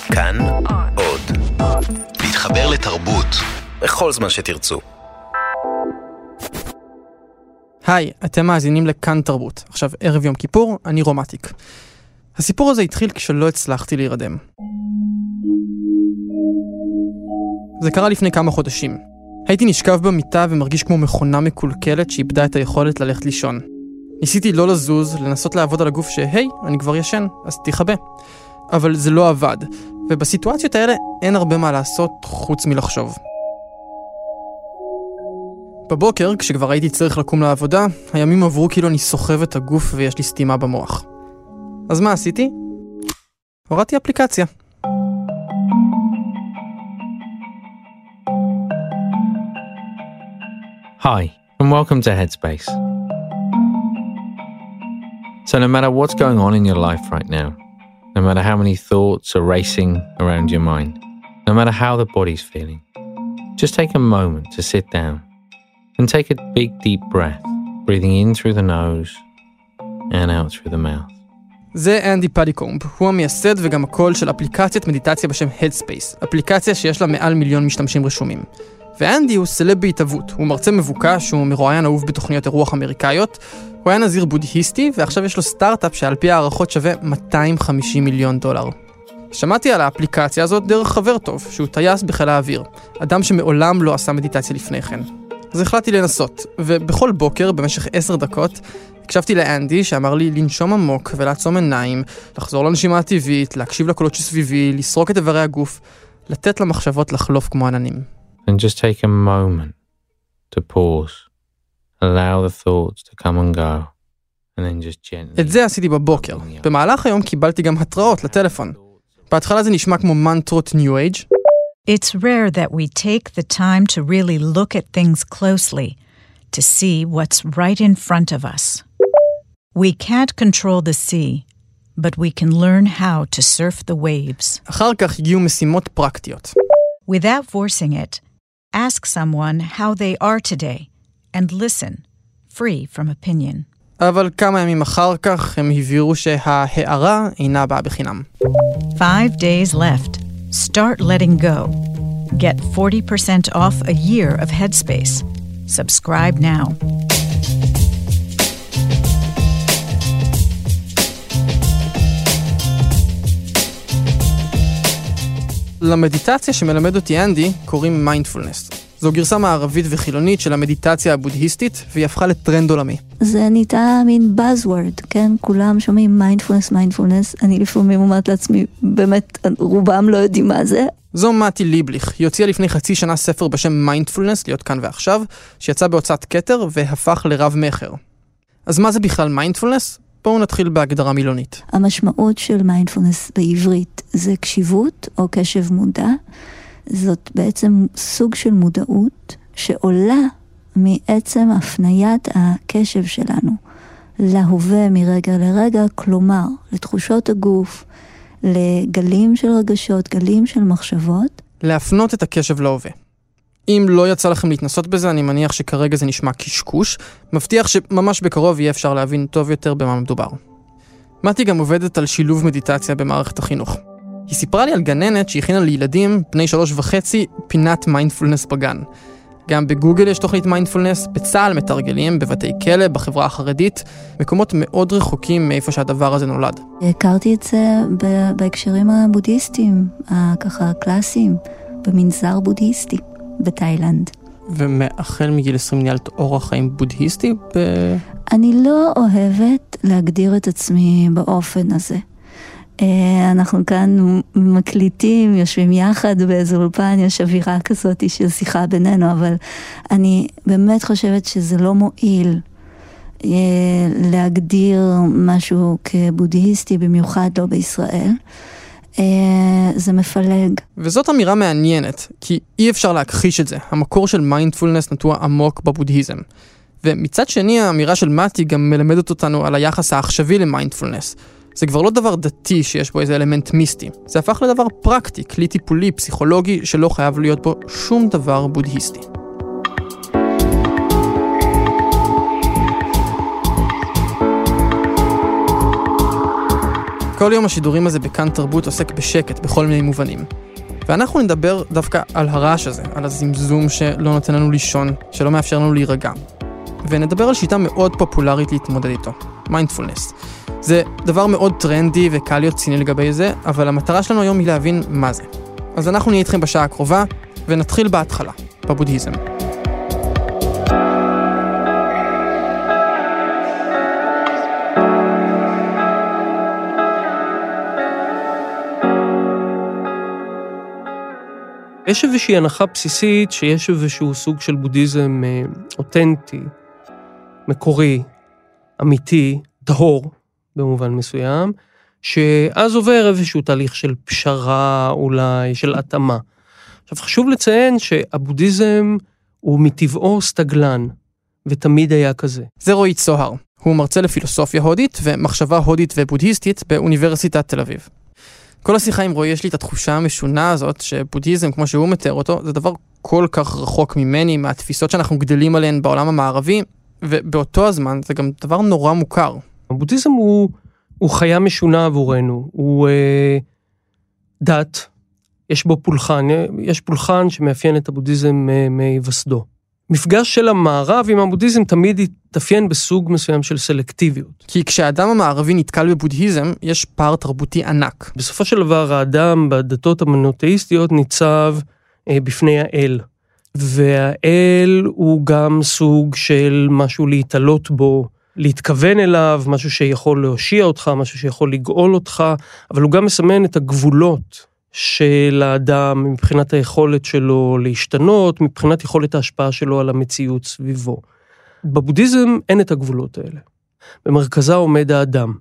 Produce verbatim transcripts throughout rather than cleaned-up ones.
כאן עוד. להתחבר לתרבות בכל זמן שתרצו. היי, אתם מאזינים לכאן תרבות. עכשיו ערב יום כיפור, אני רומטיק. הסיפור הזה התחיל כשלא הצלחתי להירדם. זה קרה לפני כמה חודשים. הייתי נשכב במיטה ומרגיש כמו מכונה מקולקלת שאיבדה את היכולת ללכת לישון. ניסיתי לא לזוז, לנסות לעבוד על הגוף שהי, אני כבר ישן, אז תחבא. אבל זה לא עבד, ובסיטואציות האלה אין הרבה מה לעשות חוץ מלחשוב. בבוקר, כשכבר הייתי צריך לקום לעבודה, הימים עברו כאילו אני סוחב את הגוף ויש לי סתימה במוח. אז מה עשיתי? הורדתי אפליקציה. Hi, and welcome to Headspace. So no matter what's going on in your life right now, no matter how many thoughts are racing around your mind, no matter how the body's feeling, just take a moment to sit down and take a big deep breath, breathing in through the nose and out through the mouth. זה אנדי פדיקומב, הוא המייסד וגם הקול של אפליקציית מדיטציה בשם Headspace, אפליקציה שיש לה מעל מיליון משתמשים רשומים. ואנדי הוא סלב בהתאבות, הוא מרצה מבוקש, הוא מרואיין אהוב בתוכניות אירוח אמריקאיות, הוא היה נזיר בודהיסטי, ועכשיו יש לו סטארט-אפ שעל פי הערכות שווה מאתיים וחמישים מיליון דולר. שמעתי על האפליקציה הזאת דרך חבר טוב, שהוא טייס בחיל האוויר, אדם שמעולם לא עשה מדיטציה לפני כן. אז החלטתי לנסות, ובכל בוקר, במשך עשר דקות, הקשבתי לאנדי שאמר לי לנשום עמוק ולעצום עיניים, לחזור לנשימה הטבעית, להקשיב לקולות שסביבי, לסרוק את איברי הגוף, לתת למחשבות לחלוף כמו עננים. And just take a moment to pause. Allow the thoughts to come and go. And then just gently... את זה עשיתי בבוקר. במהלך היום קיבלתי גם התראות לטלפון. בהתחלה זה נשמע כמו מנטרות New Age. It's rare that we take the time to really look at things closely, to see what's right in front of us. We can't control the sea, but we can learn how to surf the waves. אחר כך הגיעו משימות פרקטיות. Without forcing it, ask someone how they are today and listen, free from opinion. אבל כמה ימים אחר כך הם הבהירו שההערה אינה באה בחינם. Five days left. Start letting go. Get forty percent off a year of Headspace. Subscribe now. למדיטציה שמלמד אותי אנדי קוראים מיינדפולנס. זו גרסה מערבית וחילונית של המדיטציה הבודהיסטית, והיא הפכה לטרנד עולמי. זה נהייתה מין buzzword, כן? כולם שומעים מיינדפולנס, מיינדפולנס. אני לפעמים אומרת לעצמי, באמת, רובם לא יודעים מה זה. זו מתי ליבליך. היא הוציאה לפני חצי שנה ספר בשם מיינדפולנס, להיות כאן ועכשיו, שיצא בהוצאת כתר והפך לרב מחר. אז מה זה בכלל מיינדפולנס? בואו נתחיל בהגדרה מילונית. המשמעות של מיינדפולנס בעברית זה קשיבות או קשב מודע. זאת בעצם סוג של מודעות שעולה מעצם הפניית הקשב שלנו להווה מרגע לרגע, כלומר לתחושות הגוף, לגלים של רגשות, גלים של מחשבות. להפנות את הקשב להווה. אם לא יצא לכם להתנסות בזה, אני מניח שכרגע זה נשמע קשקוש, מבטיח שממש בקרוב יהיה אפשר להבין טוב יותר במה מדובר. מתי גם עובדת על שילוב מדיטציה במערכת החינוך. היא סיפרה לי על גננת שהכינה לילדים בני שלוש וחצי פינת מיינדפולנס בגן. גם בגוגל יש תוכנית מיינדפולנס, בצה"ל מתרגלים, בבתי כלא, בחברה החרדית, מקומות מאוד רחוקים מאיפה שהדבר הזה נולד. הכרתי את זה בהקשרים הבודהיסטיים, ככה קלאסיים, במנזר בודהיסטי בתאילנד. ומאחל מגיל עשרים ניהלת אורח חיים בודהיסטי? ב... אני לא אוהבת להגדיר את עצמי באופן הזה. אנחנו כאן מקליטים, יושבים יחד באיזה אולפן, יש אווירה כזאת של שיחה בינינו, אבל אני באמת חושבת שזה לא מועיל להגדיר משהו כבודהיסטי, במיוחד לא בישראל. זה מפלג. וזאת אמירה מעניינת, כי אי אפשר להכחיש את זה. המקור של מיינדפולנס נטוע עמוק בבודהיזם. ומצד שני, האמירה של מתי גם מלמדת אותנו על היחס העכשווי למיינדפולנס. זה כבר לא דבר דתי שיש בו איזה אלמנט מיסטי. זה הפך לדבר פרקטי, כלי טיפולי, פסיכולוגי, שלא חייב להיות בו שום דבר בודהיסטי. כל יום השידורים הזה בכאן תרבות עוסק בשקט בכל מיני מובנים. ואנחנו נדבר דווקא על הרעש הזה, על הזמזום שלא נותן לנו לישון, שלא מאפשר לנו להירגע. ונדבר על שיטה מאוד פופולרית להתמודד איתו, מיינדפולנס. זה דבר מאוד טרנדי וקל להיות ציני לגבי זה, אבל המטרה שלנו היום היא להבין מה זה. אז אנחנו נהיה איתכם בשעה הקרובה, ונתחיל בהתחלה, בבודהיזם. יש איזושהי הנחה בסיסית שיש איזשהו סוג של בודהיזם אה, אותנטי, מקורי, אמיתי, טהור במובן מסוים, שאז עובר איזשהו תהליך של פשרה אולי, של התאמה. עכשיו חשוב לציין שהבודהיזם הוא מטבעו סטגלן, ותמיד היה כזה. זה רועי צוהר, הוא מרצה לפילוסופיה הודית ומחשבה הודית ובודהיסטית באוניברסיטת תל אביב. כל השיחה עם רועי יש לי את התחושה המשונה הזאת שבודהיזם, כמו שהוא מתאר אותו, זה דבר כל כך רחוק ממני, מהתפיסות שאנחנו גדלים עליהן בעולם המערבי, ובאותו הזמן זה גם דבר נורא מוכר. הבודהיזם הוא, הוא חיה משונה עבורנו, הוא אה, דת, יש בו פולחן, יש פולחן שמאפיין את הבודהיזם אה, מהיווסדו. מפגש של המערב עם הבודהיזם תמיד יתאפיין בסוג מסוים של סלקטיביות. כי כשהאדם המערבי נתקל בבודהיזם, יש פער תרבותי ענק. בסופו של דבר, האדם בדתות המונותאיסטיות ניצב אה, בפני האל. והאל הוא גם סוג של משהו להתעלות בו, להתכוון אליו, משהו שיכול להושיע אותך, משהו שיכול לגאול אותך, אבל הוא גם מסמן את הגבולות של האדם מבחינת היכולת שלו להשתנות, מבחינת יכולת ההשפעה שלו על המציאות סביבו. בבודהיזם אין את הגבולות האלה. במרכזה עומד האדם.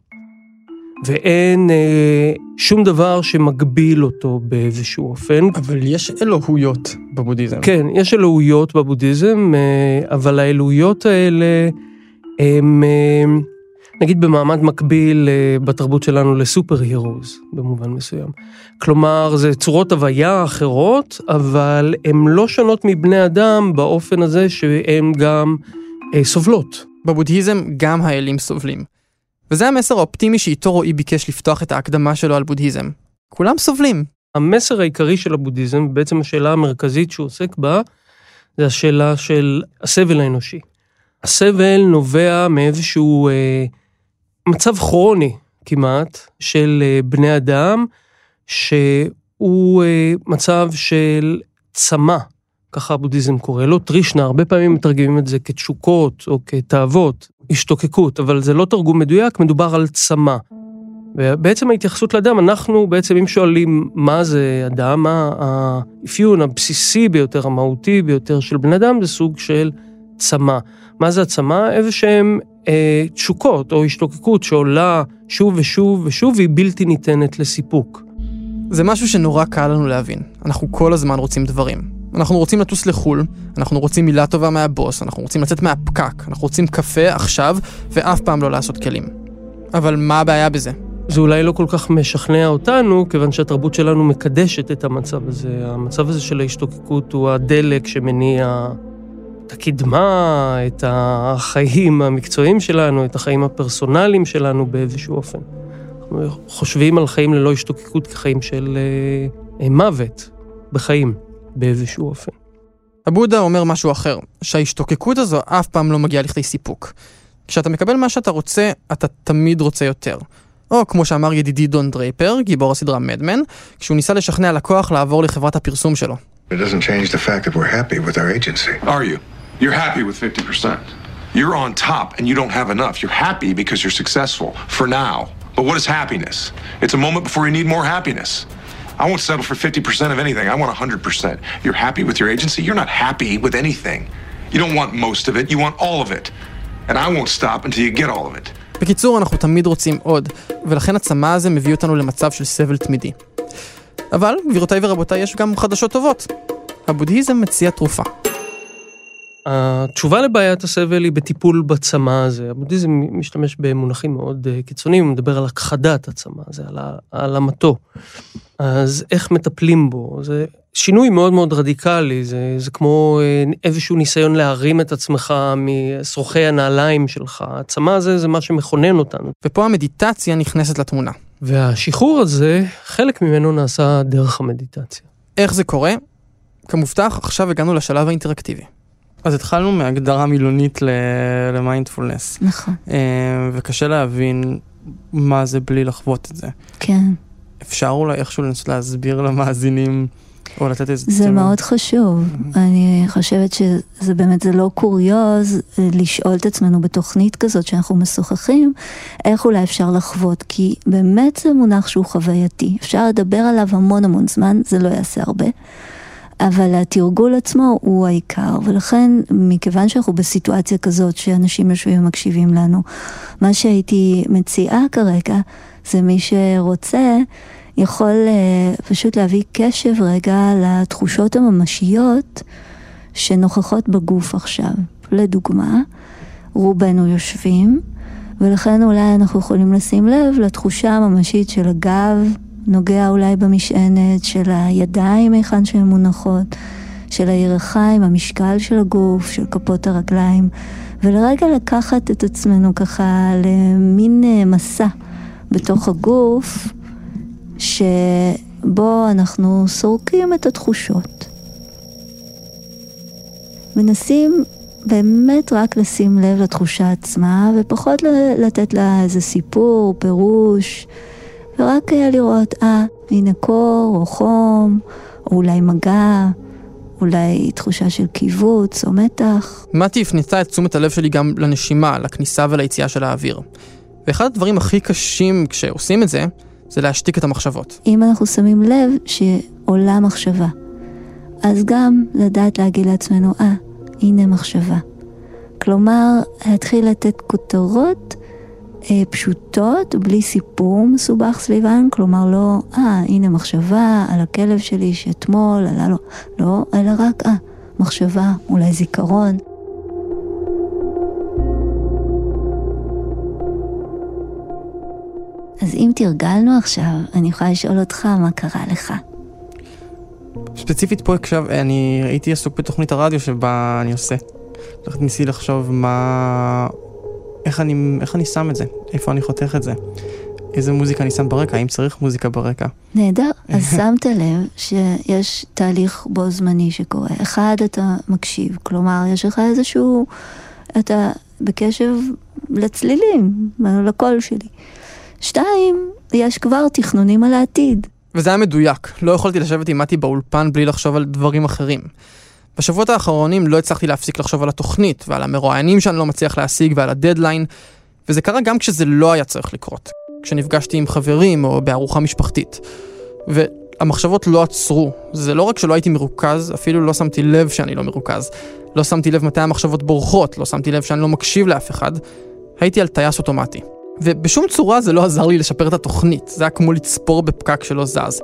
ואין אה, שום דבר שמגביל אותו באיזשהו אופן. אבל יש אלוהויות בבודהיזם. כן, יש אלוהויות בבודהיזם, אה, אבל האלוהויות האלה הם... אה, נגיד במעמד מקביל בתרבות שלנו לסופר הירוז, במובן מסוים. כלומר, זה צורות הוויה אחרות, אבל הן לא שונות מבני אדם באופן הזה שהן גם אה, סובלות. בבודהיזם גם האלים סובלים. וזה המסר האופטימי שאיתו רועי ביקש לפתוח את ההקדמה שלו על בודהיזם. כולם סובלים. המסר העיקרי של הבודהיזם, בעצם השאלה המרכזית שהוא עוסק בה, זה השאלה של הסבל האנושי. הסבל נובע מאיזשהו... אה, מצב כרוני כמעט של בני אדם, שהוא מצב של צמא, ככה הבודהיזם קורא לו, טרישנה, הרבה פעמים מתרגמים את זה כתשוקות או כתאוות, השתוקקות, אבל זה לא תרגום מדויק, מדובר על צמא. ובעצם ההתייחסות לאדם, אנחנו בעצם אם שואלים מה זה אדם, מה האפיון הבסיסי ביותר, המהותי ביותר של בני אדם, זה סוג של צמא. מה זה הצמא? איזה שהם אה, תשוקות או השתוקקות שעולה שוב ושוב ושוב, והיא בלתי ניתנת לסיפוק. זה משהו שנורא קל לנו להבין. אנחנו כל הזמן רוצים דברים. אנחנו רוצים לטוס לחול, אנחנו רוצים מילה טובה מהבוס, אנחנו רוצים לצאת מהפקק, אנחנו רוצים קפה עכשיו, ואף פעם לא לעשות כלים. אבל מה הבעיה בזה? זה אולי לא כל כך משכנע אותנו, כיוון שהתרבות שלנו מקדשת את המצב הזה. המצב הזה של ההשתוקקות הוא הדלק שמניע את הקדמה, את החיים המקצועיים שלנו, את החיים הפרסונליים שלנו באיזשהו אופן. אנחנו חושבים על חיים ללא השתוקקות כחיים של אה, מוות בחיים באיזשהו אופן. הבודה אומר משהו אחר, שההשתוקקות הזו אף פעם לא מגיעה לכדי סיפוק. כשאתה מקבל מה שאתה רוצה, אתה תמיד רוצה יותר. או כמו שאמר ידידי דון דרייפר, גיבור הסדרה מדמן, כשהוא ניסה לשכנע לקוח לעבור לחברת הפרסום שלו. It doesn't change the fact that we're happy with our agency. Are you? You're happy with fifty percent. You're on top and you don't have enough. You're happy because you're successful for now. But what is happiness? It's a moment before you need more happiness. I won't settle for fifty percent of anything. I want one hundred percent. You're happy with your agency? You're not happy with anything. You don't want most of it. You want all of it. And I won't stop until you get all of it. בקיצור, אנחנו תמיד רוצים עוד, ולכן הצמא הזה מביא אותנו למצב של סבל תמידי. אבל, גבירותיי ורבותיי, יש גם חדשות טובות. הבודהיזם מציע תרופה. התשובה לבעיית הסבל היא בטיפול בצמא הזה. הבודהיזם משתמש במונחים מאוד קיצוניים, הוא מדבר על הכחדת הצמא הזה, על העלמתו. אז איך מטפלים בו? זה שינוי מאוד מאוד רדיקלי, זה, זה כמו איזשהו ניסיון להרים את עצמך מסרוכי הנעליים שלך. הצמא הזה זה מה שמכונן אותנו. ופה המדיטציה נכנסת לתמונה. והשחרור הזה, חלק ממנו נעשה דרך המדיטציה. איך זה קורה? כמובטח, עכשיו הגענו לשלב האינטראקטיבי. אז התחלנו מהגדרה מילונית למיינדפולנס. נכון. וקשה להבין מה זה בלי לחוות את זה. כן. אפשר אולי איכשהו לנסות להסביר למאזינים, או לתת איזה... זה מאוד חשוב. אני חושבת שזה באמת, זה לא קוריוז לשאול את עצמנו בתוכנית כזאת שאנחנו משוחחים, איך אולי אפשר לחוות, כי באמת זה מונח שהוא חווייתי. אפשר לדבר עליו המון המון זמן, זה לא יעשה הרבה. אבל התרגול עצמו הוא העיקר, ולכן מכיוון שאנחנו בסיטואציה כזאת שאנשים יושבים ומקשיבים לנו, מה שהייתי מציעה כרגע זה מי שרוצה יכול uh, פשוט להביא קשב רגע לתחושות הממשיות שנוכחות בגוף עכשיו. לדוגמה, רובנו יושבים, ולכן אולי אנחנו יכולים לשים לב לתחושה הממשית של הגב, נוגע אולי במשענת, של הידיים היכן שהן מונחות, של הירכיים, המשקל של הגוף, של כפות הרגליים, ולרגע לקחת את עצמנו ככה למין מסע בתוך הגוף, שבו אנחנו סורקים את התחושות. מנסים באמת רק לשים לב לתחושה עצמה, ופחות לתת לה איזה סיפור, פירוש, ורק היה לראות, אה, הנה קור או חום, או אולי מגע, אולי תחושה של קיבוץ או מתח. מתי הפנתה את תשומת הלב שלי גם לנשימה, לכניסה וליציאה של האוויר. ואחד הדברים הכי קשים כשעושים את זה, זה להשתיק את המחשבות. אם אנחנו שמים לב שעולה מחשבה, אז גם לדעת להגיד לעצמנו, אה, הנה מחשבה. כלומר, להתחיל לתת כותרות אה, פשוטות, בלי סיפור מסובך סביבן, כלומר לא, אה, הנה מחשבה על הכלב שלי שאתמול, עלה לו, לא, אלא רק, אה, מחשבה, אולי זיכרון. אז אם תרגלנו עכשיו, אני יכולה לשאול אותך מה קרה לך. ספציפית פה עכשיו, אני הייתי עסוק בתוכנית הרדיו שבה אני עושה. ניסי לחשוב מה... איך אני, איך אני שם את זה? איפה אני חותך את זה? איזה מוזיקה אני שם ברקע? האם צריך מוזיקה ברקע? נהדר. אז שמת לב שיש תהליך בו זמני שקורה. אחד, אתה מקשיב. כלומר, יש לך איזשהו... אתה בקשב לצלילים, לקול שלי. שתיים, יש כבר תכנונים על העתיד. וזה היה מדויק. לא יכולתי לשבת עם מתי באולפן בלי לחשוב על דברים אחרים. בשבועות האחרונים לא הצלחתי להפסיק לחשוב על התוכנית ועל המרואיינים שאני לא מצליח להשיג ועל הדדליין, וזה קרה גם כשזה לא היה צריך לקרות. כשנפגשתי עם חברים או בארוחה משפחתית. והמחשבות לא עצרו. זה לא רק שלא הייתי מרוכז, אפילו לא שמתי לב שאני לא מרוכז. לא שמתי לב מתי המחשבות בורחות, לא שמתי לב שאני לא מקשיב לאף אחד. הייתי על טייס אוטומטי. ובשום צורה זה לא עזר לי לשפר את התוכנית. זה היה כמו לצפור בפקק שלא זז.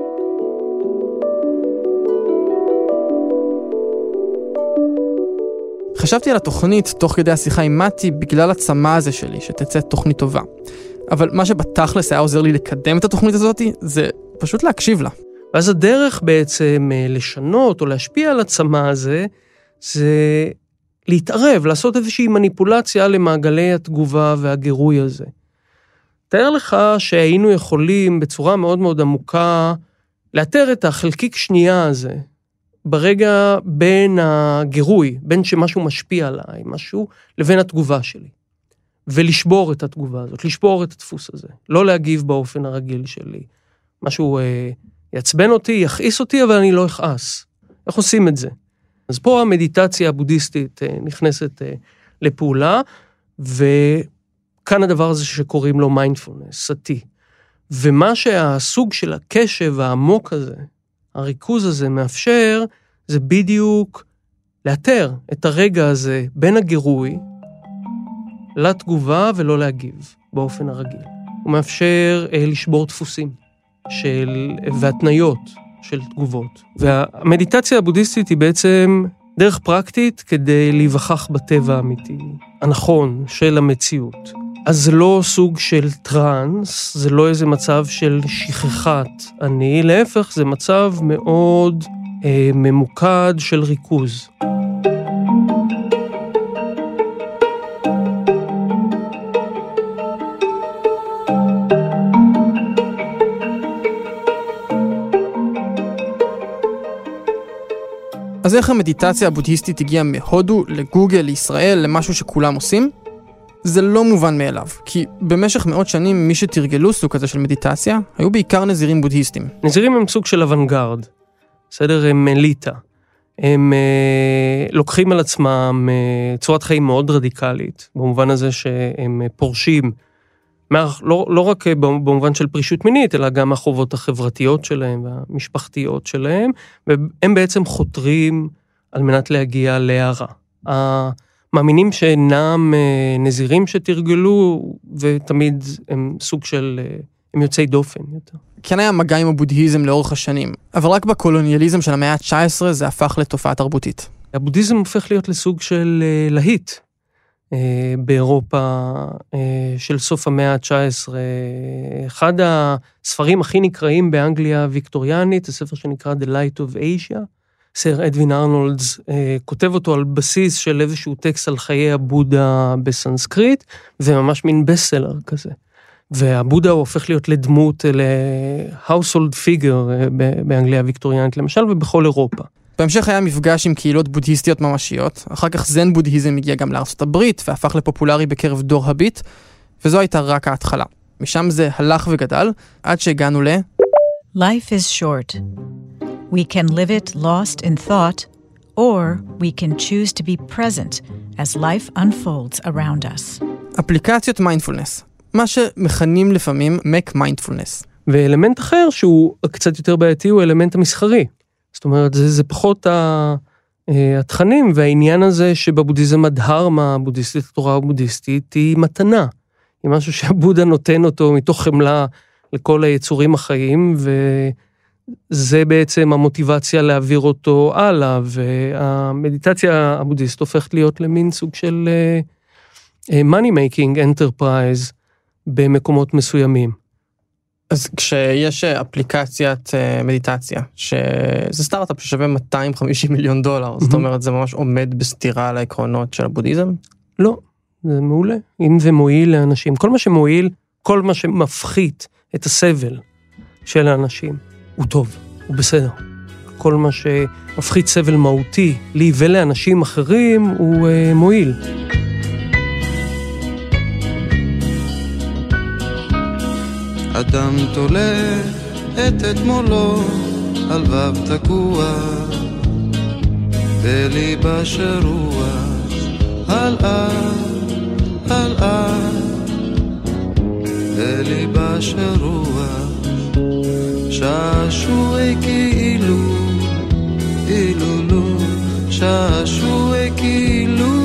חשבתי על התוכנית תוך כדי השיחה עם מתי בגלל הצמא הזה שלי, שתצא תוכנית טובה. אבל מה שבתכלס היה עוזר לי לקדם את התוכנית הזאת, זה פשוט להקשיב לה. ואז הדרך בעצם לשנות או להשפיע על הצמא הזה, זה להתערב, לעשות איזושהי מניפולציה למעגלי התגובה והגירוי הזה. תאר לך שהיינו יכולים בצורה מאוד מאוד עמוקה לאתר את החלקיק שנייה הזה, ברגע בין הגירוי, בין שמשהו משפיע עליי, משהו, לבין התגובה שלי. ולשבור את התגובה הזאת, לשבור את הדפוס הזה. לא להגיב באופן הרגיל שלי. משהו אה, יעצבן אותי, יכעיס אותי, אבל אני לא אכעס. איך עושים את זה? אז פה המדיטציה הבודהיסטית אה, נכנסת אה, לפעולה, וכאן הדבר הזה שקוראים לו מיינדפולנס, סטי. ומה שהסוג של הקשב העמוק הזה, הריכוז הזה מאפשר, זה בדיוק לאתר את הרגע הזה בין הגירוי לתגובה ולא להגיב באופן הרגיל. הוא מאפשר אה, לשבור דפוסים של, והתניות של תגובות. והמדיטציה הבודהיסטית היא בעצם דרך פרקטית כדי להיווכח בטבע האמיתי, הנכון של המציאות. אז זה לא סוג של טרנס, זה לא איזה מצב של שכחת אני, להפך זה מצב מאוד אה, ממוקד של ריכוז. אז איך המדיטציה הבודהיסטית הגיעה מהודו, לגוגל, לישראל, למשהו שכולם עושים? זה לא מובן מאליו, כי במשך מאות שנים מי שתרגלו סוג כזה של מדיטציה, היו בעיקר נזירים בודהיסטים. נזירים הם סוג של אבנגרד, בסדר? הם אליטה. הם אה, לוקחים על עצמם אה, צורת חיים מאוד רדיקלית, במובן הזה שהם פורשים, מה, לא, לא רק במובן של פרישות מינית, אלא גם החובות החברתיות שלהם והמשפחתיות שלהם, והם בעצם חותרים על מנת להגיע להערה. המאמינים שאינם נזירים שתרגלו, ותמיד הם סוג של, הם יוצאי דופן יותר. כן היה מגע עם הבודהיזם לאורך השנים, אבל רק בקולוניאליזם של המאה ה-תשע עשרה זה הפך לתופעה תרבותית. הבודהיזם הופך להיות לסוג של להיט. באירופה של סוף המאה ה-תשע עשרה. אחד הספרים הכי נקראים באנגליה הוויקטוריאנית, הספר שנקרא The Light of Asia, סר אדווין ארנולדס כותב אותו על בסיס של איזשהו טקסט על חיי הבודה בסנסקריט, וממש מין בסלר כזה. והבודה הוא הופך להיות לדמות, ל-household figure באנגליה הוויקטוריאנית למשל, ובכל אירופה. בהמשך היה מפגש עם קהילות בודהיסטיות ממשיות, אחר כך זן בודהיזם הגיע גם לארצות הברית, והפך לפופולרי בקרב דור הביט, וזו הייתה רק ההתחלה. משם זה הלך וגדל, עד שהגענו ל... Life is short. We can live it lost in thought, or we can choose to be present as life unfolds around us. אפליקציות מיינדפולנס, מה שמכנים לפעמים Mac מיינדפולנס. ואלמנט אחר שהוא קצת יותר בעייתי הוא אלמנט המסחרי. זאת אומרת, זה, זה פחות התכנים, והעניין הזה שבבודהיזם הדהרמה הבודהיסטית, התורה הבודהיסטית, היא מתנה. היא משהו שהבודה נותן אותו מתוך חמלה לכל היצורים החיים, וזה בעצם המוטיבציה להעביר אותו הלאה, והמדיטציה הבודהיסטית הופכת להיות למין סוג של money making enterprise במקומות מסוימים. אז כשיש אפליקציית מדיטציה, שזה סטארט-אפ ששווה מאתיים וחמישים מיליון דולר, זאת אומרת, זה ממש עומד בסתירה על העקרונות של הבודהיזם? לא, זה מעולה. אם זה מועיל לאנשים, כל מה שמועיל, כל מה שמפחית את הסבל של האנשים, הוא טוב, הוא בסדר. כל מה שמפחית סבל מהותי לי ולאנשים אחרים, הוא מועיל. אדם תולה את אתמולו על וו תקוע בליבה שרוח הלאה הלאה בליבה שרוח שעשועי כאילו אילולו שעשועי כאילו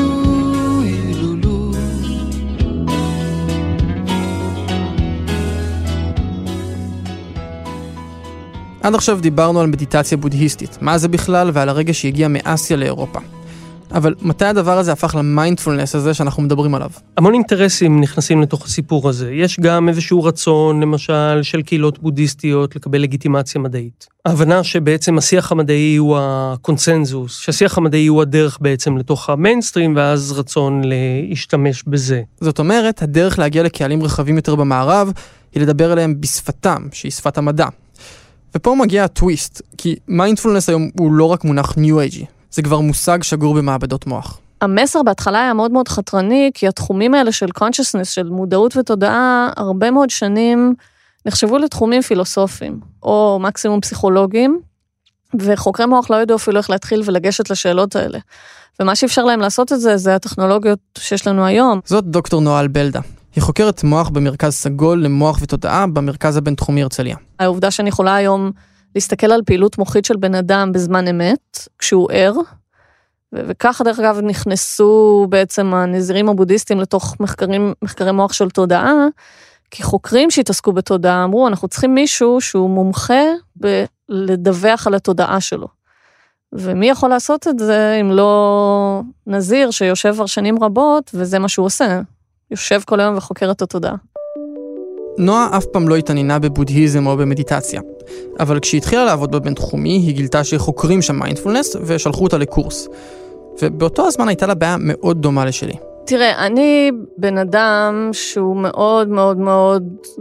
עד עכשיו דיברנו על מדיטציה בודהיסטית, מה זה בכלל ועל הרגע שהגיע מאסיה לאירופה. אבל מתי הדבר הזה הפך למיינדפולנס הזה שאנחנו מדברים עליו? המון אינטרסים נכנסים לתוך הסיפור הזה. יש גם איזשהו רצון, למשל, של קהילות בודהיסטיות לקבל לגיטימציה מדעית. ההבנה שבעצם השיח המדעי הוא הקונסנזוס, שהשיח המדעי הוא הדרך בעצם לתוך המיינסטרים, ואז רצון להשתמש בזה. זאת אומרת, הדרך להגיע לקהלים רחבים יותר במערב, היא לדבר עליהם בשפתם, שהיא שפת המדע. ופה מגיע הטוויסט, כי מיינדפולנס היום הוא לא רק מונח ניו-אייג'י, זה כבר מושג שגור במעבדות מוח. המסר בהתחלה היה מאוד מאוד חתרני, כי התחומים האלה של consciousness, של מודעות ותודעה, הרבה מאוד שנים נחשבו לתחומים פילוסופיים, או מקסימום פסיכולוגיים, וחוקרי מוח לא ידעו אפילו איך להתחיל ולגשת לשאלות האלה. ומה שאפשר להם לעשות את זה, זה הטכנולוגיות שיש לנו היום. זאת דוקטור נואל בלדה. היא חוקרת מוח במרכז סגול למוח ותודעה במרכז הבינתחומי הרצליה. העובדה שאני יכולה היום להסתכל על פעילות מוחית של בן אדם בזמן אמת, כשהוא ער, וככה דרך אגב נכנסו בעצם הנזירים הבודהיסטים לתוך מחקרים, מחקרי מוח של תודעה, כי חוקרים שהתעסקו בתודעה אמרו, אנחנו צריכים מישהו שהוא מומחה בלדווח על התודעה שלו. ומי יכול לעשות את זה אם לא נזיר שיושב כבר שנים רבות, וזה מה שהוא עושה. יושב כל היום וחוקר את התודעה. נועה אף פעם לא התעניינה בבודהיזם או במדיטציה, אבל כשהיא התחילה לעבוד בבינתחומי, היא גילתה שחוקרים שם מיינדפולנס ושלחו אותה לקורס. ובאותו הזמן הייתה לה בעיה מאוד דומה לשלי. תראה, אני בן אדם שהוא מאוד מאוד מאוד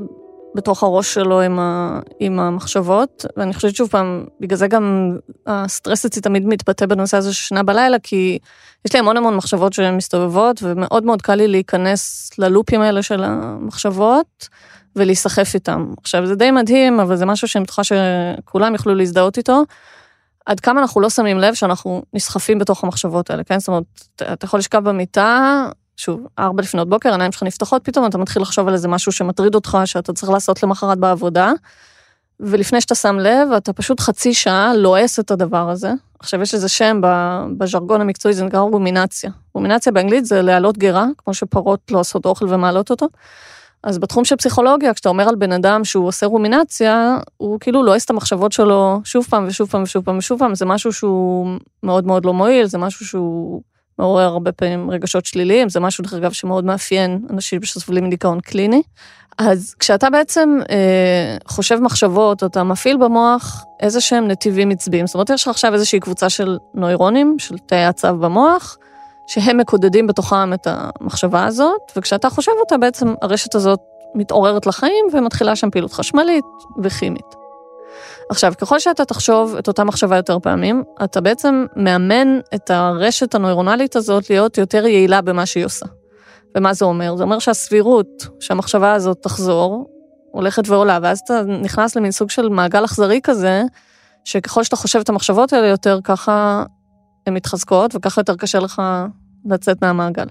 בתוך הראש שלו עם, ה, עם המחשבות, ואני חושבת שוב פעם, בגלל זה גם הסטרס אצלי תמיד מתבטא בנושא הזה ששנה בלילה, כי יש לי המון המון מחשבות שהן מסתובבות, ומאוד מאוד קל לי להיכנס ללופים האלה של המחשבות, ולהיסחף איתם. עכשיו, זה די מדהים, אבל זה משהו שאני בטוחה שכולם יוכלו להזדהות איתו, עד כמה אנחנו לא שמים לב שאנחנו נסחפים בתוך המחשבות האלה, כן? זאת אומרת, אתה יכול לשכב במיטה, שוב, ארבע לפנות בוקר, העיניים שלך נפתחות, פתאום אתה מתחיל לחשוב על איזה משהו שמטריד אותך, שאתה צריך לעשות למחרת בעבודה, ולפני שאתה שם לב, אתה פשוט חצי שעה לועס את הדבר הזה. עכשיו, יש איזה שם בז'רגון המקצועי, זה נקרא רומינציה. רומינציה באנגלית זה להעלות גרה, כמו שפרות לא עושות אוכל ומעלות אותו. אז בתחום של פסיכולוגיה, כשאתה אומר על בן אדם שהוא עושה רומינציה, הוא כאילו לועס את המחשבות שלו שוב פעם ושוב פעם ושוב פעם ושוב פעם, זה משהו שהוא מאוד מאוד לא מועיל, זה משהו שהוא מעורר הרבה פעמים רגשות שליליים, זה משהו דרך אגב שמאוד מאפיין אנשים שסובלים מדיכאון קליני. אז כשאתה בעצם אה, חושב מחשבות, אתה מפעיל במוח איזה שהם נתיבים עצביים, זאת אומרת, יש לך עכשיו איזושהי קבוצה של נוירונים, של תאי עצב במוח, שהם מקודדים בתוכם את המחשבה הזאת, וכשאתה חושב אותה בעצם הרשת הזאת מתעוררת לחיים, ומתחילה שם פעילות חשמלית וכימית. עכשיו, ככל שאתה תחשוב את אותה מחשבה יותר פעמים, אתה בעצם מאמן את הרשת הנוירונלית הזאת להיות יותר יעילה במה שהיא עושה. ומה זה אומר? זה אומר שהסבירות שהמחשבה הזאת תחזור, הולכת ועולה, ואז אתה נכנס למין סוג של מעגל אכזרי כזה, שככל שאתה חושב את המחשבות האלה יותר, ככה הן מתחזקות, וככה יותר קשה לך לצאת מהמעגל.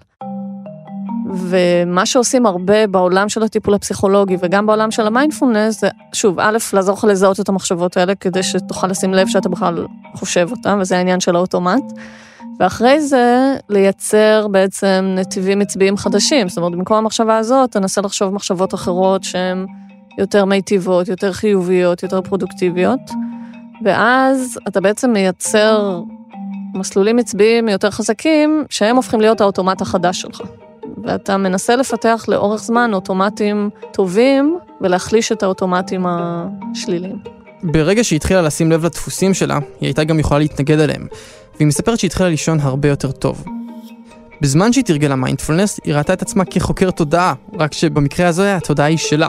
ומה שעושים הרבה בעולם של הטיפול הפסיכולוגי, וגם בעולם של המיינדפולנס, זה, שוב, א', לעזור לך לזהות את המחשבות האלה, כדי שתוכל לשים לב שאתה בכלל חושב אותם, וזה העניין של האוטומט. ואחרי זה, לייצר בעצם נתיבים עצביים חדשים. זאת אומרת, במקום המחשבה הזאת, תנסה לחשוב מחשבות אחרות שהן יותר מיטיבות, יותר חיוביות, יותר פרודוקטיביות. ואז אתה בעצם מייצר מסלולים עצביים יותר חזקים, שהם הופכים להיות האוטומט החדש שלך. ואתה מנסה לפתח לאורך זמן אוטומטים טובים, ולהחליש את האוטומטים השליליים. ברגע שהיא התחילה לשים לב לדפוסים שלה, היא הייתה גם יכולה להתנגד עליהם, והיא מספרת שהיא התחילה לישון הרבה יותר טוב. בזמן שהיא תרגלה מיינדפולנס, היא ראתה את עצמה כחוקר תודעה, רק שבמקרה הזה התודעה היא שלה.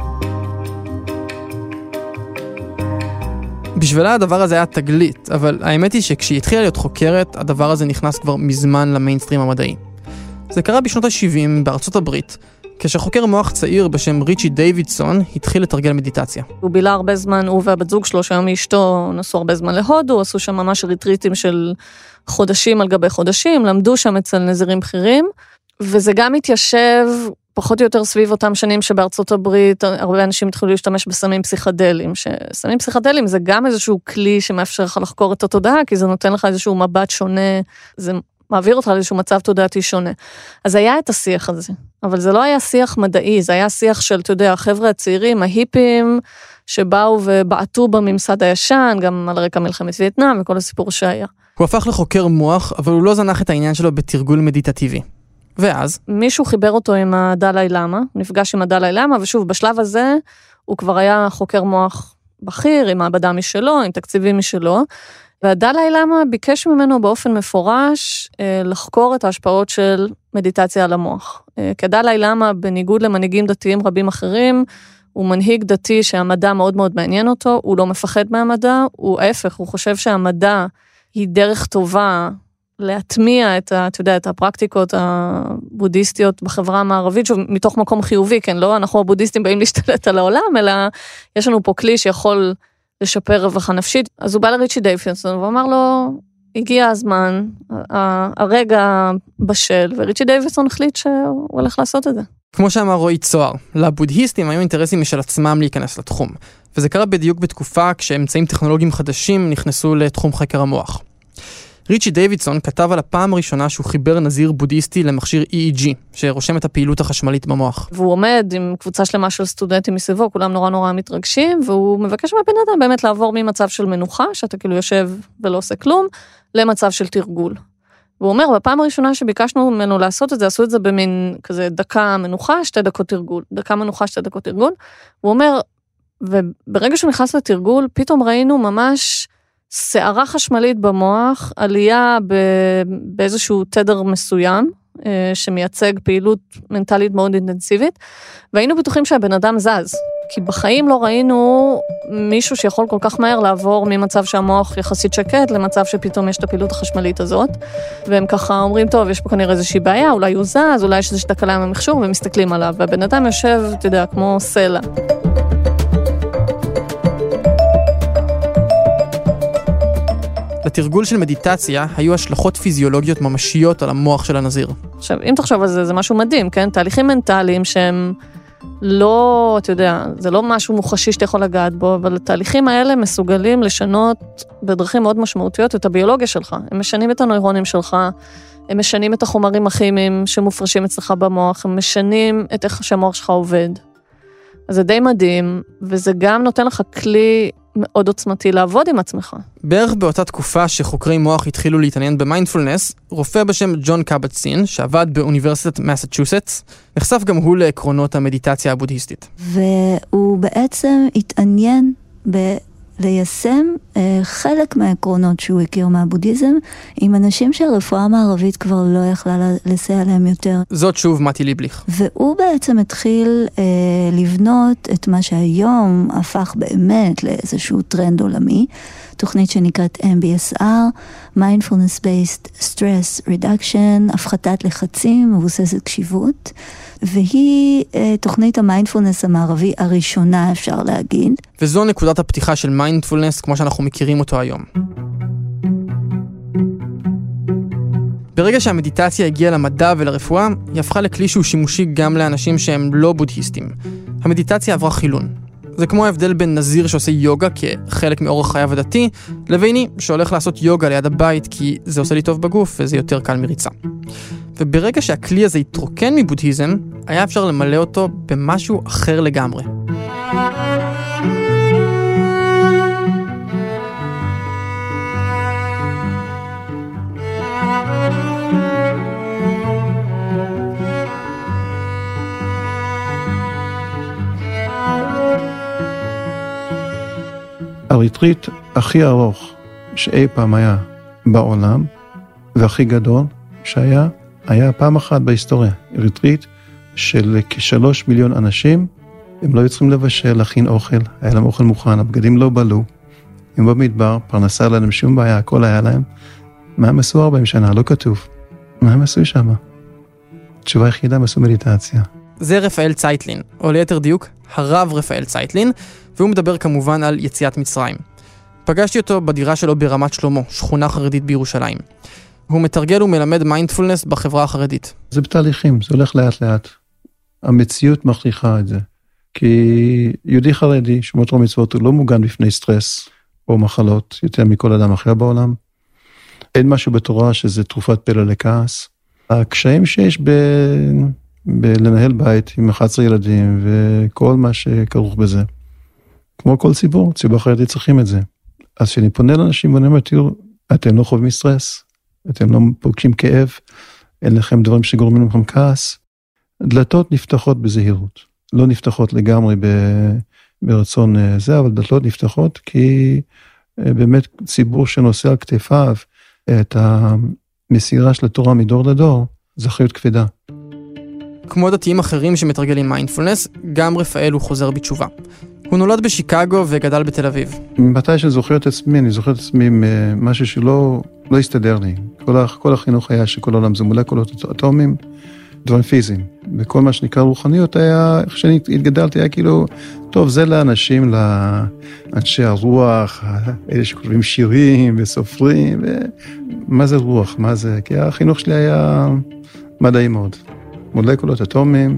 בשבילה הדבר הזה היה תגלית, אבל האמת היא שכשהיא התחילה להיות חוקרת, הדבר הזה נכנס כבר מזמן למיינסטרים המדעי. זה קרה בשנות ה-שבעים בארצות הברית, כשחוקר מוח צעיר בשם ריצ'י דיווידסון התחיל לתרגל מדיטציה. הוא בילה הרבה זמן, הוא והבת זוג שלו, שהיום מאשתו נסעו הרבה זמן להודו, עשו שם ממש ריטריטים של חודשים על גבי חודשים, למדו שם אצל נזירים בכירים, וזה גם התיישב פחות או יותר סביב אותם שנים שבארצות הברית הרבה אנשים התחילו להשתמש בסמים פסיכדליים, שסמים פסיכדליים זה גם איזשהו כלי שמאפשר לך לחקור את התודעה, כי זה נותן לך איזשהו מבט שונה, זה מעביר אותך לאיזשהו מצב תודעתי שונה. אז היה את השיח הזה, אבל זה לא היה שיח מדעי, זה היה שיח של, אתה יודע, החבר'ה הצעירים, ההיפים, שבאו ובעטו בממסד הישן, גם על רקע מלחמת וייטנאם וכל הסיפור שהיה. הוא הפך לחוקר מוח, אבל הוא לא זנח את העניין שלו בתרגול מדיטטיבי. ואז? מישהו חיבר אותו עם הדלאי למה, נפגש עם הדלאי למה, ושוב, בשלב הזה הוא כבר היה חוקר מוח בכיר, עם מעבדה משלו, עם תקציבים משלו, והדלאי למה ביקש ממנו באופן מפורש לחקור את ההשפעות של מדיטציה על המוח. כי הדלאי למה, בניגוד למנהיגים דתיים רבים אחרים, הוא מנהיג דתי שהמדע מאוד מאוד מעניין אותו, הוא לא מפחד מהמדע, הוא ההפך, הוא חושב שהמדע היא דרך טובה להטמיע את, אתה יודע, את הפרקטיקות הבודהיסטיות בחברה המערבית, שוב, מתוך מקום חיובי, כן, לא אנחנו הבודהיסטים באים להשתלט על העולם, אלא יש לנו פה כלי שיכול לשפר רווחה נפשית. אז הוא בא לריצ'י דיווידסון, והוא אמר לו, הגיע הזמן, הרגע בשל, וריצ'י דיווידסון החליט שהוא הולך לעשות את זה. כמו שאמר רועי צוהר, לבודהיסטים היו אינטרסים משל עצמם להיכנס לתחום, וזה קרה בדיוק בתקופה כשאמצעים טכנולוגיים חדשים נכנסו לתחום חקר המוח. ריצ'י דיווידסון כתב על הפעם הראשונה שהוא חיבר נזיר בודהיסטי למכשיר E E G, שרושם את הפעילות החשמלית במוח. והוא עומד עם קבוצה שלמה של סטודנטים מסביבו, כולם נורא נורא מתרגשים, והוא מבקש מהבן אדם באמת לעבור ממצב של מנוחה, שאתה כאילו יושב ולא עושה כלום, למצב של תרגול. והוא אומר, בפעם הראשונה שביקשנו ממנו לעשות את זה, עשו את זה במין כזה דקה מנוחה, שתי דקות תרגול. דקה מנוחה, שתי דקות תרגול. והוא אומר, וברגע שהוא נכנס לתרגול, פתאום ראינו ממש שערה חשמלית במוח, עלייה באיזשהו תדר מסוים, שמייצג פעילות מנטלית מאוד אינטנסיבית, והיינו בטוחים שהבן אדם זז, כי בחיים לא ראינו מישהו שיכול כל כך מהר לעבור ממצב שהמוח יחסית שקט למצב שפתאום יש את הפעילות החשמלית הזאת, והם ככה אומרים, טוב, יש פה כנראה איזושהי בעיה, אולי הוא זז, אולי יש איזושהי תקלה עם המכשור, ומסתכלים עליו, והבן אדם יושב, אתה יודע, כמו סלע. לתרגול של מדיטציה היו השלכות פיזיולוגיות ממשיות על המוח של הנזיר. עכשיו, אם תחשוב על זה, זה משהו מדהים, כן? תהליכים מנטליים שהם לא, אתה יודע, זה לא משהו מוחשי שאתה יכול לגעת בו, אבל התהליכים האלה מסוגלים לשנות בדרכים מאוד משמעותיות את הביולוגיה שלך. הם משנים את הנוירונים שלך, הם משנים את החומרים הכימיים שמופרשים אצלך במוח, הם משנים את איך שהמוח שלך עובד. אז זה די מדהים, וזה גם נותן לך כלי מאוד עוצמתי לעבוד עם עצמך. בערך באותה תקופה שחוקרי מוח התחילו להתעניין במיינדפולנס, רופא בשם ג'ון קאבט-סין, שעבד באוניברסיטת מסצ'וסטס, נחשף גם הוא לעקרונות המדיטציה הבודהיסטית. והוא בעצם התעניין ב... ליישם אה, חלק מהעקרונות שהוא הכיר מהבודהיזם, עם אנשים שהרפואה המערבית כבר לא יכלה לסייע להם יותר. זאת שוב מתי ליבליך. והוא בעצם התחיל אה, לבנות את מה שהיום הפך באמת לאיזשהו טרנד עולמי, תוכנית שנקראת M B S R, Mindfulness Based Stress Reduction, הפחתת לחצים, מבוססת קשיבות, והיא אה, תוכנית המיינדפולנס המערבי הראשונה, אפשר להגיד. וזו נקודת הפתיחה של מיינדפולנס כמו שאנחנו מכירים אותו היום. ברגע שהמדיטציה הגיעה למדע ולרפואה, היא הפכה לכלי שהוא שימושי גם לאנשים שהם לא בודהיסטים. המדיטציה עברה חילון. זה כמו ההבדל בין נזיר שעושה יוגה כחלק מאורח חייו הדתי, לביני שהולך לעשות יוגה ליד הבית כי זה עושה לי טוב בגוף וזה יותר קל מריצה. וברגע שהכלי הזה התרוקן מבודהיזם, היה אפשר למלא אותו במשהו אחר לגמרי. הריטריט הכי ארוך שאי פעם היה בעולם, והכי גדול שהיה, היה פעם אחת בהיסטוריה. ריטריט של כשלוש מיליון אנשים, הם לא היו צריכים לבשל, להכין אוכל, היה להם אוכל מוכן, הבגדים לא בלו, הם במדבר, פרנסה להם שום בעיה, הכל היה להם. מה הם עשו ארבעים שנה? לא כתוב. מה הם עשו שם? תשובה יחידה, הם עשו מדיטציה. זה רפאל צייטלין, או ליתר דיוק, הרב רפאל צייטלין, והוא מדבר כמובן על יציאת מצרים. פגשתי אותו בדירה שלו ברמת שלמה, שכונה חרדית בירושלים. הוא מתרגל ומלמד מיינדפולנס בחברה החרדית. זה בתהליכים, זה הולך לאט לאט. המציאות מכריחה את זה. כי יהודי חרדי, שמותרו מצוות, הוא לא מוגן בפני סטרס או מחלות, יותר מכל אדם אחר בעולם. אין משהו בתורה שזה תרופת פלא לכעס. הקשיים שיש ב... בלנהל בית עם אחת עשרה ילדים וכל מה שכרוך בזה. כמו כל ציבור, ציבור חרדי צריכים את זה. אז כשאני פונה לאנשים ואני אומר, תראו, אתם לא חווים סטרס, אתם לא פוגשים כאב, אין לכם דברים שגורמים לכם כעס. דלתות נפתחות בזהירות. לא נפתחות לגמרי ברצון זה, אבל דלתות נפתחות כי באמת ציבור שנושא על כתפיו את המסירה של התורה מדור לדור, זה אחריות כבדה. כמו דתיים אחרים שמתרגלים מיינדפולנס, גם רפאל הוא חוזר בתשובה. הוא נולד בשיקגו וגדל בתל אביב. מתי שאני זוכר את עצמי, אני זוכר את עצמי משהו שלא לא הסתדר לי. כל, כל החינוך היה שכל העולם זה מולקולות אטומים, דברים פיזיים. וכל מה שנקרא רוחניות היה, איך שאני התגדלתי, היה כאילו, טוב, זה לאנשים, לאנשי הרוח, אלה שכותבים שירים וסופרים, ומה זה רוח, מה זה, כי החינוך שלי היה מדעי מאוד. מולקולות אטומים,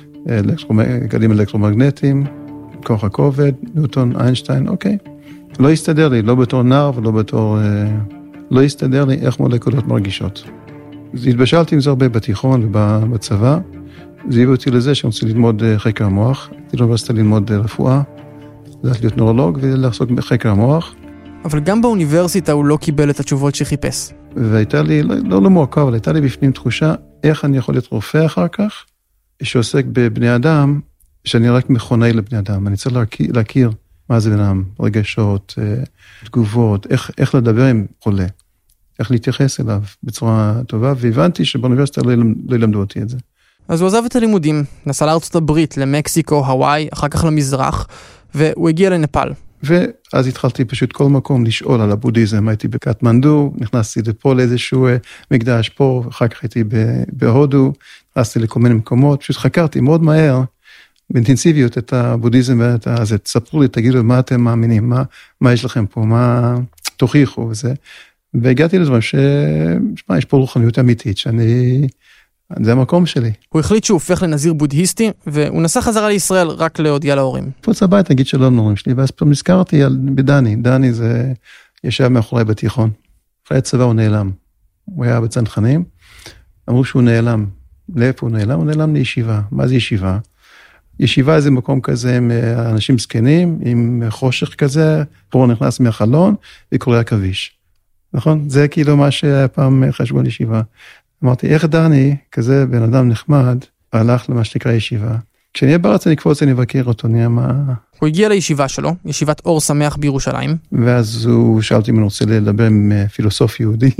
גלים אלקטרומגנטיים, כוח הכובד, ניוטון, איינשטיין, אוקיי. לא הסתדר לי, לא בתור נער ולא בתור... לא הסתדר לי איך מולקולות מרגישות. התבשלתי עם זה הרבה בתיכון ובצבא. זה הביא אותי לזה שאני רוצה ללמוד חקר המוח. הייתי לאוניברסיטה ללמוד רפואה, לדעת להיות נורולוג ולעסוק בחקר המוח. אבל גם באוניברסיטה הוא לא קיבל את התשובות שחיפש. והייתה לי, לא, לא למורכב, אבל הייתה לי בפנים תחושה איך אני יכול להיות רופא אחר כך, שעוסק בבני אדם, שאני רק מכונאי לבני אדם. אני צריך להכיר, להכיר מה זה בן אדם, רגשות, תגובות, איך, איך לדבר עם חולה, איך להתייחס אליו בצורה טובה, והבנתי שבאוניברסיטה לא, לא ילמדו אותי את זה. אז הוא עזב את הלימודים, נסע לארצות הברית, למקסיקו, הוואי, אחר כך למזרח, והוא הגיע לנפאל. ואז התחלתי פשוט כל מקום לשאול על הבודהיזם. הייתי בקטמנדו, נכנסתי לפה לאיזשהו מקדש פה, אחר כך הייתי בהודו, נכנסתי לכל מיני מקומות, פשוט חקרתי מאוד מהר, באינטנסיביות את הבודהיזם ואת הזה. תספרו לי, תגידו מה אתם מאמינים, מה, מה יש לכם פה, מה תוכיחו וזה. והגעתי לדברים ש... שמה, יש פה רוחניות אמיתית, שאני... זה המקום שלי. הוא החליט שהוא הופך לנזיר בודהיסטי, והוא נסע חזרה לישראל רק להודיע להורים. פוץ הבית, נגיד שלום להורים שלי, ואז פעם נזכרתי על... בדני. דני זה ישב מאחורי בתיכון. אחרי הצבא הוא נעלם. הוא היה בצנחנים. אמרו שהוא נעלם. לאיפה הוא נעלם? הוא נעלם לישיבה. מה זה ישיבה? ישיבה זה מקום כזה עם אנשים זקנים, עם חושך כזה, פה נכנס מהחלון, וקורא עכביש. נכון? זה כאילו מה שהיה פעם חשבון ישיבה. אמרתי, איך דני, כזה בן אדם נחמד, הלך למה שנקרא ישיבה. כשנהיה בארץ אני קפוץ, אני אבקר אותו, נהיה מה... הוא הגיע לישיבה שלו, ישיבת אור שמח בירושלים. ואז הוא שאל אותי אם אני רוצה לדבר עם פילוסוף יהודי,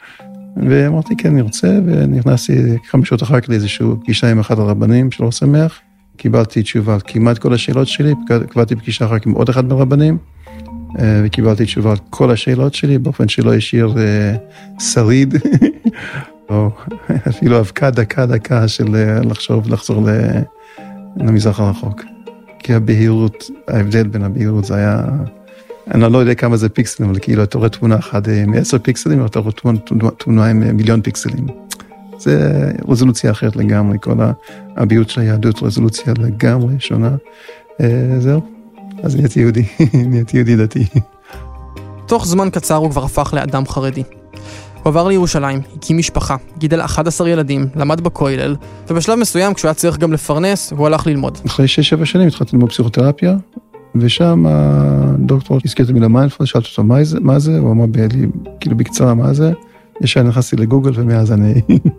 ואמרתי, כן, אני רוצה, ונכנסתי כמה שעות אחר כך לאיזשהו פגישה עם אחד הרבנים של אור שמח, קיבלתי תשובה על כמעט כל השאלות שלי, קיבלתי פגישה אחר כך עם עוד אחד מהרבנים, וקיבלתי תשובה על כל השאלות שלי, באופן שלא השאיר שריד, או אפילו אבקה דקה דקה של לחשוב ולחזור למזרח הרחוק. כי הבהירות, ההבדל בין הבהירות זה היה, אני לא יודע כמה זה פיקסלים, אבל כאילו אתה רואה תמונה אחת מעשר פיקסלים, או אתה רואה תמונה עם מיליון פיקסלים. זה רזולוציה אחרת לגמרי, כל הבהירות של היהדות, רזולוציה לגמרי שונה. זהו, אז נהייתי יהודי, נהייתי יהודי דתי. תוך זמן קצר הוא כבר הפך לאדם חרדי. הוא עבר לירושלים, הקים משפחה, גידל אחד עשר ילדים, למד בכולל, ובשלב מסוים, כשהוא היה צריך גם לפרנס, הוא הלך ללמוד. אחרי שש שבע שנים התחלתי ללמוד פסיכותרפיה, ושם הדוקטור הזכיר את המילה מיינדפולנס, שאלתי אותו מה זה, מה זה, הוא אמר לי, כאילו בקצרה מה זה, ישר נכנסתי לגוגל, ומאז אני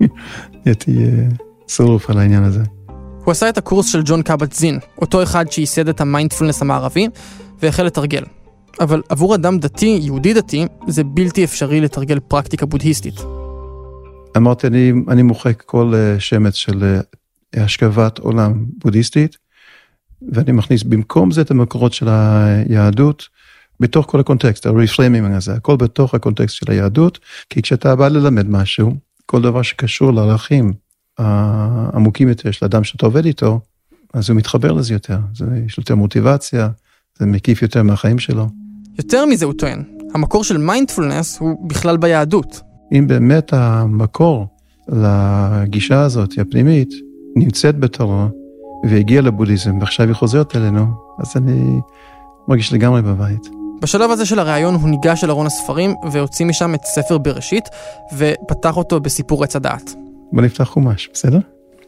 הייתי שרוף על העניין הזה. הוא עשה את הקורס של ג'ון קאבט-זין, אותו אחד שייסד את המיינדפולנס המערבי, והחל לתרגל. אבל עבור אדם דתי, יהודי דתי, זה בלתי אפשרי לתרגל פרקטיקה בודהיסטית. אמרתי, אני, אני מוחק כל שמץ של השכבת עולם בודהיסטית, ואני מכניס במקום זה את המקורות של היהדות, בתוך כל הקונטקסט, הרפריימינג הזה, הכל בתוך הקונטקסט של היהדות, כי כשאתה בא ללמד משהו, כל דבר שקשור לערכים העמוקים יותר של האדם שאתה עובד איתו, אז הוא מתחבר לזה יותר, זה, יש יותר מוטיבציה, זה מקיף יותר מהחיים שלו. יותר מזה הוא טוען, המקור של מיינדפולנס הוא בכלל ביהדות. אם באמת המקור לגישה הזאת, הפנימית, נמצאת בתורו, והגיעה לבודהיזם, ועכשיו היא חוזרת אלינו, אז אני מרגיש לגמרי בבית. בשלב הזה של הרעיון הוא ניגש אל ארון הספרים, והוציא משם את ספר בראשית, ופתח אותו בסיפור עץ הדעת. בוא נפתח חומש, בסדר?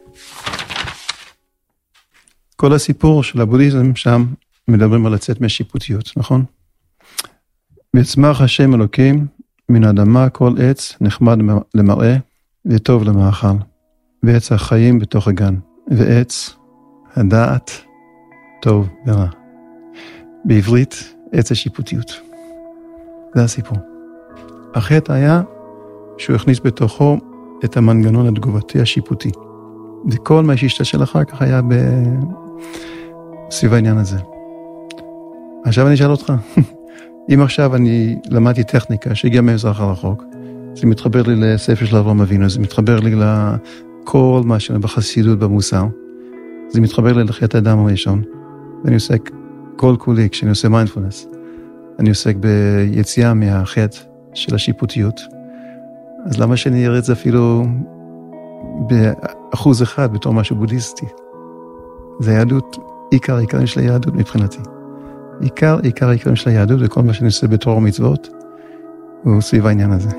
כל הסיפור של הבודהיזם שם, מדברים על לצאת מהשיפוטיות, נכון? ויצמח השם אלוקים, מן האדמה כל עץ נחמד למראה, וטוב למאכל, ועץ החיים בתוך הגן, ועץ הדעת טוב ורע. בעברית, עץ השיפוטיות. זה הסיפור. החטא היה שהוא הכניס בתוכו את המנגנון התגובתי השיפוטי. וכל מה שהשתשל אחר כך היה בסביב העניין הזה. עכשיו אני אשאל אותך, אם עכשיו אני למדתי טכניקה שהגיעה מהמזרח הרחוק, זה מתחבר לי לספר של אברהם אבינו, זה מתחבר לי לכל מה שאני בחסידות במוסר, זה מתחבר לי לחטא האדם הראשון, ואני עוסק כל כולי, כשאני עושה מיינדפולנס, אני עוסק ביציאה מהחטא של השיפוטיות, אז למה שאני אראה את זה אפילו באחוז אחד בתור משהו בודהיסטי? זה יהדות, עיקר עיקרים של היהדות מבחינתי. עיקר, עיקר עיקרים של היהדות, וכל מה שאני עושה בתור מצוות, הוא סביב העניין הזה.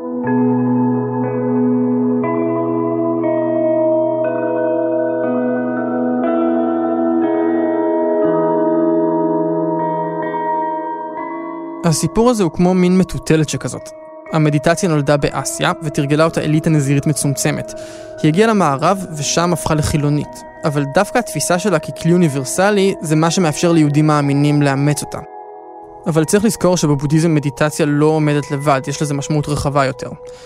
הסיפור הזה הוא כמו מין מטוטלת שכזאת. המדיטציה נולדה באסיה ותרגלה אותה אליטה נזירית מצומצמת. היא הגיעה למערב ושם הפכה לחילונית. אבל דווקא התפיסה שלה ככלי אוניברסלי זה מה שמאפשר ליהודים מאמינים לאמץ אותה. אבל צריך לזכור שבבודהיזם מדיטציה לא עומדת לבד, יש לזה משמעות רחבה יותר.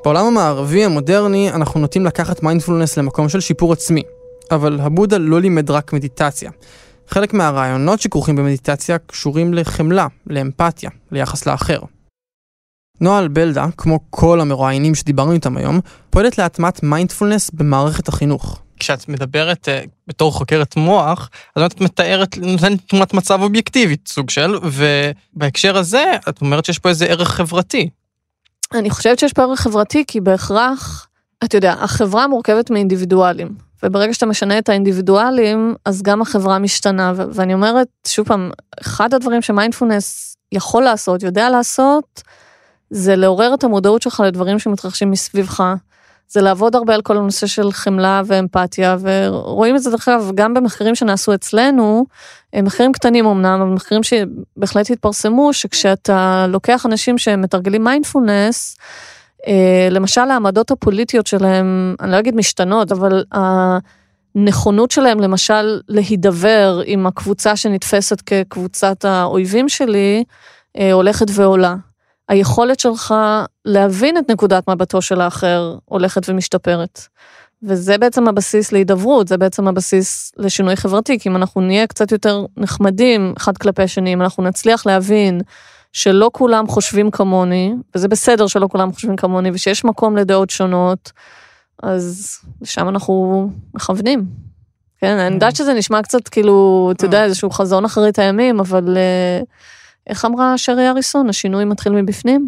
בעולם המערבי המודרני אנחנו נוטים לקחת מיינדפולנס למקום של שיפור עצמי, אבל הבודה לא לימד רק מדיטציה. חלק מהרעיונות שכרוכים במדיטציה קשורים לחמלה, לאמפתיה, ליחס לאחר. נועה אלבלדה, כמו כל המרואיינים שדיברנו איתם היום, פועלת להטמעת מיינדפולנס במערכת החינוך. כשאת מדברת uh, בתור חוקרת מוח, אז את מתארת, נותנת תמונת מצב אובייקטיבית, סוג של, ובהקשר הזה, את אומרת שיש פה איזה ערך חברתי. אני חושבת שיש פה ערך חברתי, כי בהכרח, אתה יודע, החברה מורכבת מאינדיבידואלים, וברגע שאתה משנה את האינדיבידואלים, אז גם החברה משתנה, ו- ואני אומרת, שוב פעם, אחד הדברים שמיינדפולנס יכול לעשות, יודע לעשות, זה לעורר את המודעות שלך לדברים שמתרחשים מסביבך, זה לעבוד הרבה על כל הנושא של חמלה ואמפתיה, ורואים את זה דרך אגב גם במחקרים שנעשו אצלנו, מחקרים קטנים אמנם, אבל מחקרים שבהחלט התפרסמו, שכשאתה לוקח אנשים שמתרגלים מיינדפולנס, למשל העמדות הפוליטיות שלהם, אני לא אגיד משתנות, אבל הנכונות שלהם למשל להידבר עם הקבוצה שנתפסת כקבוצת האויבים שלי, הולכת ועולה. היכולת שלך להבין את נקודת מבטו של האחר הולכת ומשתפרת. וזה בעצם הבסיס להידברות, זה בעצם הבסיס לשינוי חברתי, כי אם אנחנו נהיה קצת יותר נחמדים אחד כלפי שני, אם אנחנו נצליח להבין שלא כולם חושבים כמוני, וזה בסדר שלא כולם חושבים כמוני, ושיש מקום לדעות שונות, אז לשם אנחנו מכוונים. כן, אני יודעת שזה נשמע קצת כאילו, אתה יודע, איזשהו חזון אחרית הימים, אבל איך אמרה שרי אריסון, השינוי מתחיל מבפנים?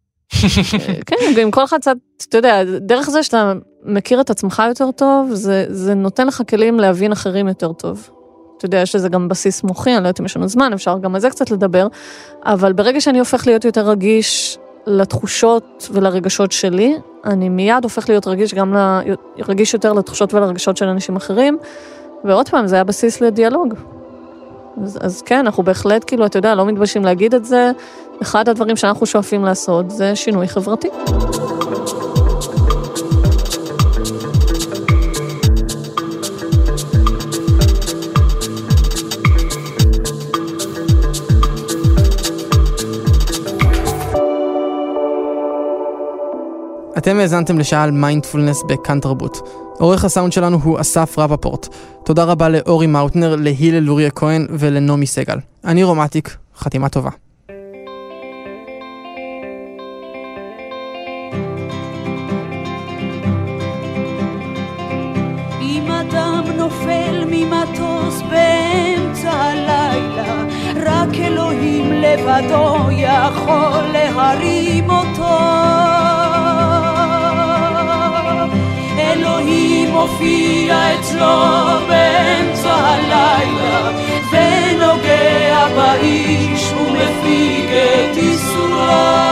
כן, עם כל אחד קצת, אתה יודע, דרך זה שאתה מכיר את עצמך יותר טוב, זה, זה נותן לך כלים להבין אחרים יותר טוב. אתה יודע שזה גם בסיס מוחי, אני לא יודעת אם יש לנו זמן, אפשר גם על זה קצת לדבר, אבל ברגע שאני הופך להיות יותר רגיש לתחושות ולרגשות שלי, אני מיד הופך להיות רגיש גם ל... רגיש יותר לתחושות ולרגשות של אנשים אחרים, ועוד פעם, זה היה בסיס לדיאלוג. אז, אז כן, אנחנו בהחלט, כאילו, אתה יודע, לא מתביישים להגיד את זה, אחד הדברים שאנחנו שואפים לעשות, זה שינוי חברתי. אתם האזנתם לשעה על מיינדפולנס בכאן תרבות. עורך הסאונד שלנו הוא אסף רבפורט. תודה רבה לאורי מאוטנר, להילל לוריה כהן ולנומי סגל. אני רומטיק, חתימה טובה. אם אדם נופל ממטוס באמצע הלילה, רק אלוהים לבדו יכול להרים אותו. אלוהים מופיע אצלו באמצע הלילה ונוגע באיש ומפיק את ייסוריו.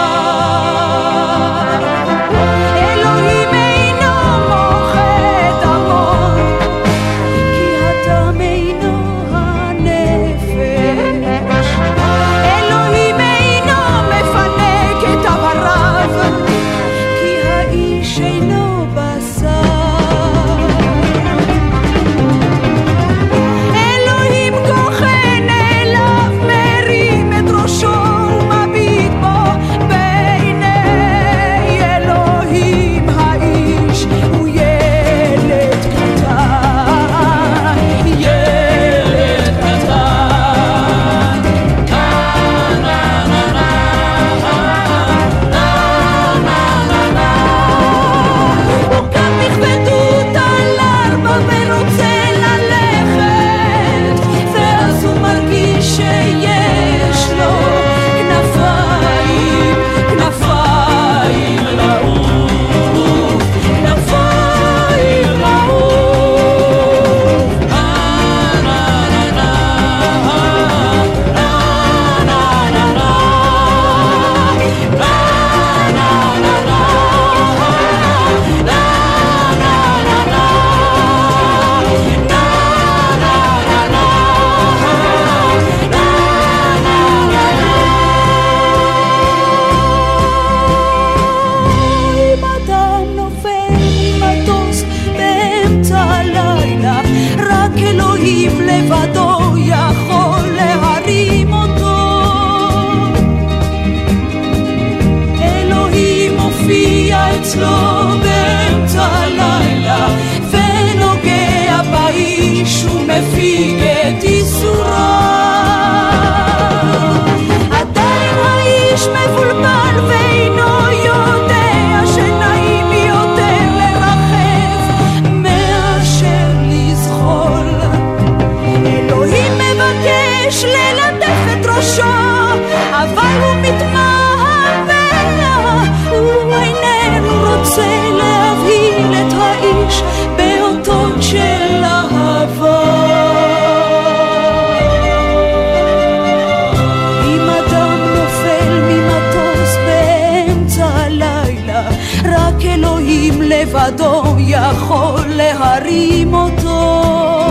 אלוהים אינו מוחה את עמו, כי הדם אינו הנפש. אלוהים אינו מפנק את עבריו, כי האיש אינו אלוהים כוחן אליו מרים את ראשו. אצלו באמצע הלילה ונוגע באיש ומפיג את איסוריו. עדיין האיש מבולבל ואינו יודע שנעים יותר לרחב מאשר לזחול. אלוהים מבקש ללטף את ראשו, אבל הוא מתמהמה, הוא איננו רוצה להבהיל את האיש באותות של אהבה. אם אדם נופל ממטוס באמצע הלילה, רק אלוהים לבדו יכול להרים אותו.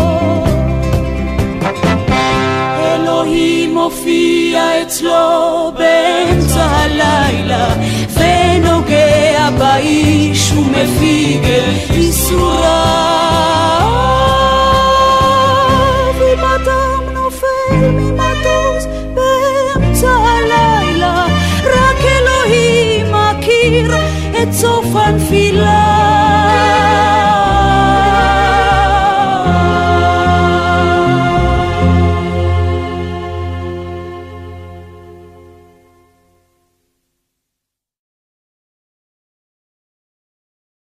אלוהים מופיע אצלו באמצע הלילה ונוגע באיש ומפיג את איסוריו. אם אדם נופל ממטוס באמצע הלילה, רק אלוהים מכיר את סוף הנפילה.